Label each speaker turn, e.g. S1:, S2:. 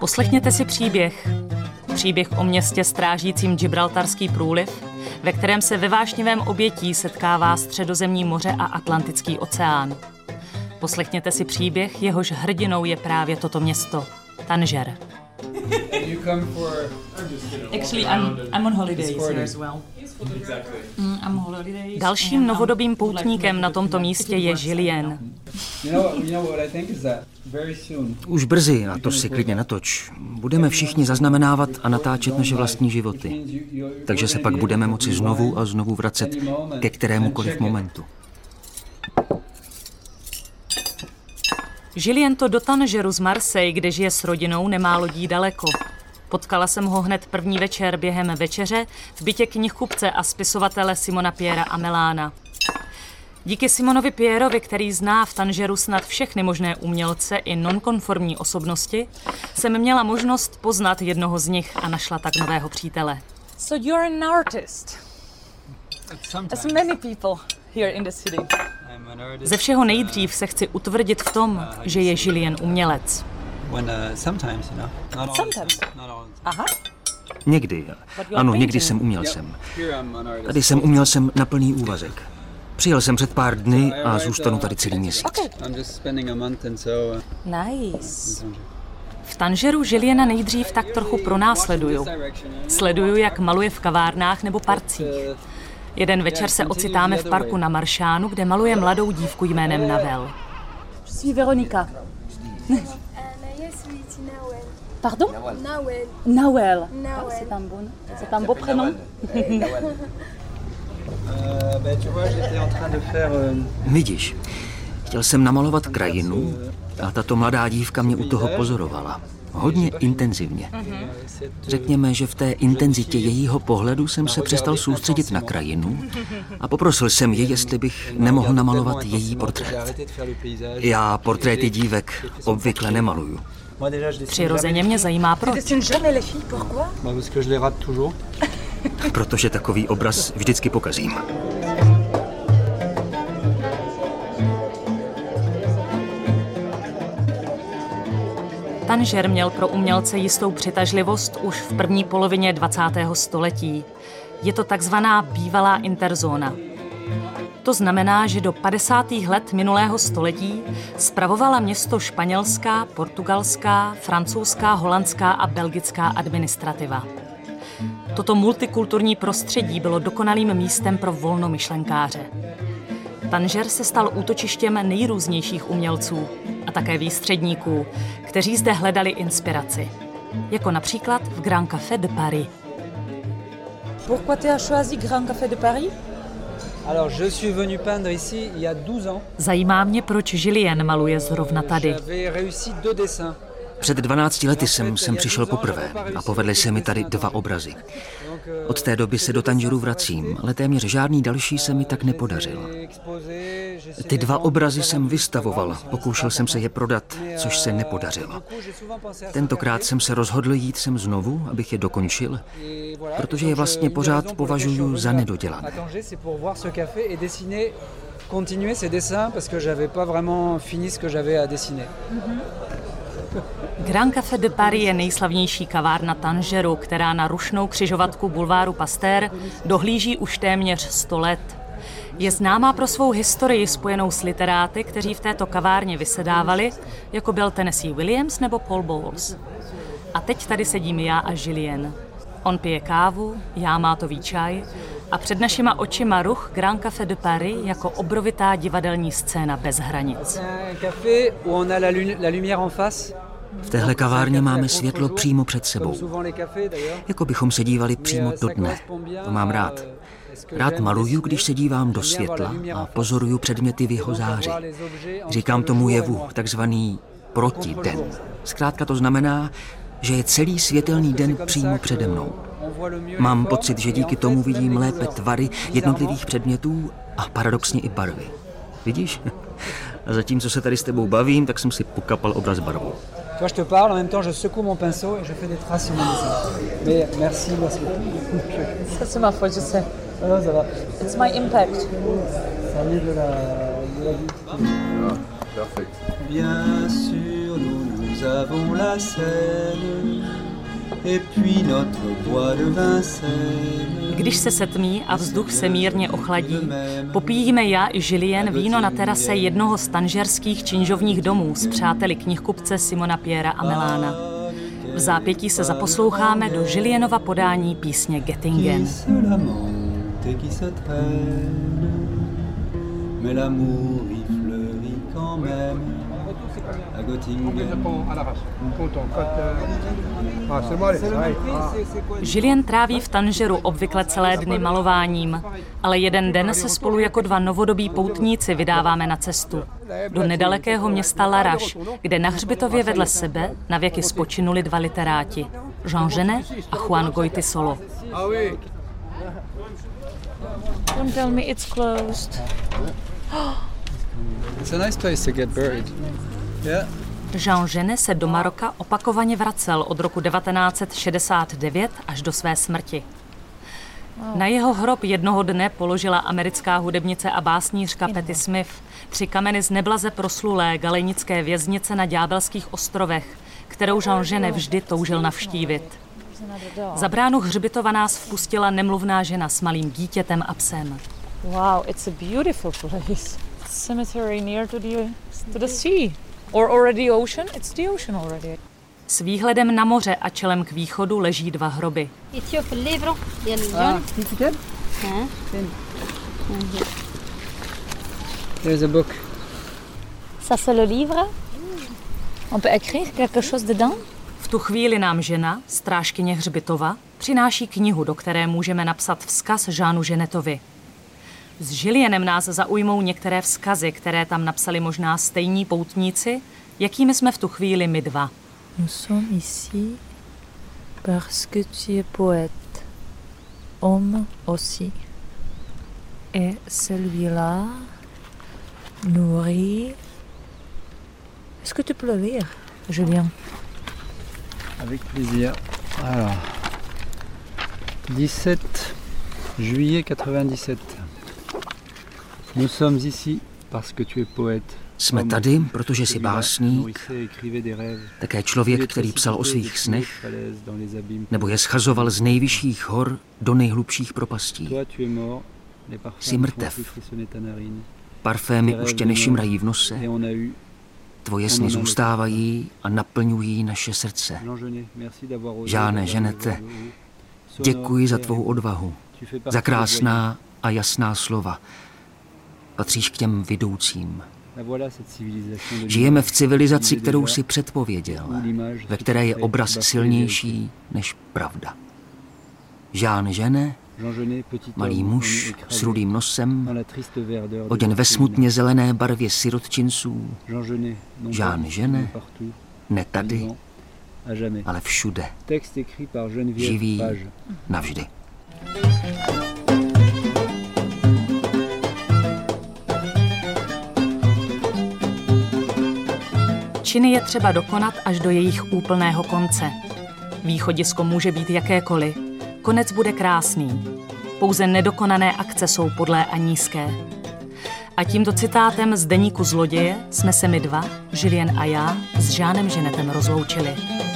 S1: Poslechněte si příběh. Příběh o městě strážícím Gibraltarský průliv, ve kterém se ve vášnivém obětí setkává Středozemní moře a Atlantický oceán. Poslechněte si příběh, jehož hrdinou je právě toto město, Tanger. Dalším novodobým poutníkem na tomto místě je Julien.
S2: Už brzy, a to si klidně natoč, budeme všichni zaznamenávat a natáčet naše vlastní životy. Takže se pak budeme moci znovu a znovu vracet ke kterémukoliv momentu.
S1: Julien to do Tangeru z Marseille, kde žije s rodinou, nemá lodí daleko. Potkala jsem ho hned první večer během večeře v bytě knihkupce a spisovatele Simona Piera Amelána. Díky Simonovi Pierovi, který zná v Tangeru snad všechny možné umělce i nonkonformní osobnosti, jsem měla možnost poznat jednoho z nich a našla tak nového přítele.
S3: So you're an artist. As many people here in the city.
S1: Ze všeho nejdřív se chci utvrdit v tom, že je Julien umělec.
S3: Sometimes. Aha.
S2: Někdy. Ano, někdy jsem umělcem. Tady jsem umělcem na plný úvazek. Přijel jsem před pár dny a zůstanu tady celý měsíc.
S3: Nice.
S1: V Tangeru Juliena nejdřív tak trochu pronásleduju. Sleduju, jak maluje v kavárnách nebo parcích. Jeden večer se ocitáme v parku na Maršánu, kde maluje mladou dívku jménem Navel.
S3: Je suis Veronika. Pardon? Nawel. C'est un beau prénom.
S2: Vidíš, chtěl jsem namalovat krajinu a tato mladá dívka mě u toho pozorovala. Hodně intenzivně. Řekněme, že v té intenzitě jejího pohledu jsem se přestal soustředit na krajinu a poprosil jsem ji, jestli bych nemohl namalovat její portrét. Já portréty dívek obvykle nemaluju.
S1: Přirozeně mě zajímá proč.
S2: Protože takový obraz vždycky pokazím.
S1: Tanger měl pro umělce jistou přitažlivost už v první polovině 20. století. Je to takzvaná bývalá interzóna. To znamená, že do 50. let minulého století spravovala město španělská, portugalská, francouzská, holandská a belgická administrativa. Toto multikulturní prostředí bylo dokonalým místem pro volnomyšlenkáře. Tanger se stal útočištěm nejrůznějších umělců a také výstředníků, kteří zde hledali inspiraci. Jako například v Grand Café de Paris.
S3: Pourquoi tu as choisi Grand Café de Paris?
S4: Alors, je suis venu peindre ici il y a 12 ans.
S1: Zajímá mě, proč Julien maluje zrovna tady.
S4: J'avais réussi 2 dessins.
S2: Před 12 lety jsem sem přišel poprvé a povedly se mi tady 2 obrazy. Od té doby se do Tangeru vracím, ale téměř žádný další se mi tak nepodařil. Ty 2 obrazy jsem vystavoval, pokoušel jsem se je prodat, což se nepodařilo. Tentokrát jsem se rozhodl jít sem znovu, abych je dokončil, protože je vlastně pořád považuji za nedodělané.
S4: Continuer ces dessins parce que j'avais pas vraiment fini ce que j'avais à dessiner.
S1: Grand Café de Paris je nejslavnější kavárna Tangeru, která na rušnou křižovatku bulváru Pasteur dohlíží už téměř 100 let. Je známá pro svou historii spojenou s literáty, kteří v této kavárně vysedávali, jako byl Tennessee Williams nebo Paul Bowles. A teď tady sedím já a Julien. On pije kávu, já mátový čaj a před našima očima ruch Grand Café de Paris jako obrovitá divadelní scéna bez hranic.
S2: V téhle kavárně máme světlo přímo před sebou. Jako bychom se dívali přímo do dne. To mám rád. Rád maluju, když se dívám do světla a pozoruju předměty v jeho záři. Říkám tomu jevu takzvaný protiden. Zkrátka to znamená, že je celý světelný den přímo přede mnou. Mám pocit, že díky tomu vidím lépe tvary jednotlivých předmětů a paradoxně i barvy. Vidíš? A zatímco se tady s tebou bavím, tak jsem si pokapal obraz barvou.
S4: Tu vois, je te parle, en même temps je secoue mon pinceau et je fais des traces sur mon dessin. Mais merci beaucoup.
S3: Ça c'est ma faute, je sais.
S4: Ah, ça va.
S3: It's my impact.
S4: Ça vient de la vie.
S5: Perfect.
S4: Bien sûr, nous nous
S5: nous avons la Seine, et puis notre bois de Vincennes.
S1: Když se setmí a vzduch se mírně ochladí, popíjíme já i Julien víno na terase jednoho z tanžerských činžovních domů s přáteli knihkupce Simona Piera a Melána. V zápětí se zaposloucháme do Julienova podání písně Göttingen. Julien tráví v Tanžeru obvykle celé dny malováním, ale jeden den se spolu jako dva novodobí poutníci vydáváme na cestu. Do nedalekého města Larache, kde na hřbitově vedle sebe navěky spočinuli dva literáti, Jean Genet a Juan Goytisolo.
S3: Don't tell me it's closed.
S4: It's a nice place to get buried. Yeah.
S1: Jean Genet se do Maroka opakovaně vracel od roku 1969 až do své smrti. Na jeho hrob jednoho dne položila americká hudebnice a básnířka Patti Smith 3 kameny z neblaze proslulé galenické věznice na Ďábelských ostrovech, kterou Jean Genet vždy toužil navštívit. Za bránu hřbitova nás vpustila nemluvná žena s malým dítětem a psem.
S3: Wow, it's a beautiful place. Cemetery near to the sea. Or already ocean? It's the ocean already.
S1: S výhledem na moře a čelem k východu leží 2 hroby.
S4: Here's a book.
S3: Ça c'est le livre. On peut écrire quelque chose dedans?
S1: V tu chvíli nám žena, strážkyně hřbitova, přináší knihu, do které můžeme napsat vzkaz Jeanu Genetovi. S Julienem nás zaujmou některé vzkazy, které tam napsali možná stejní poutníci, jakými jsme v tu chvíli my dva.
S3: Nous sommes ici parce que tu es poète, homme aussi. Et celui-là nourrit. Est-ce que tu peux le lire, Julien?
S4: Avec plaisir. Alors, 17 juillet 97. Nous sommes ici parce que tu es poète.
S2: Jsme tady, protože jsi básník, také člověk, který psal o svých snech, nebo je schazoval z nejvyšších hor do nejhlubších propastí. Jsi mrtev. Parfémy už tě nešimrají v nose. Tvoje sny zůstávají a naplňují naše srdce. Jeane Genete, děkuji za tvou odvahu, za krásná a jasná slova. Patříš k těm vidoucím. Žijeme v civilizaci, kterou si předpověděl, ve které je obraz silnější než pravda. Jean Genet, malý muž s rudým nosem, oděn ve smutně zelené barvě sirotčinců. Jean Genet, ne tady, ale všude. Živý navždy. Činy je třeba dokonat až do jejich úplného konce. Východisko může být jakékoliv. Konec bude krásný. Pouze nedokonané akce jsou podlé a nízké. A tímto citátem z deníku Zloděje jsme se my dva, Julien a já, s Jeanem Genetem rozloučili.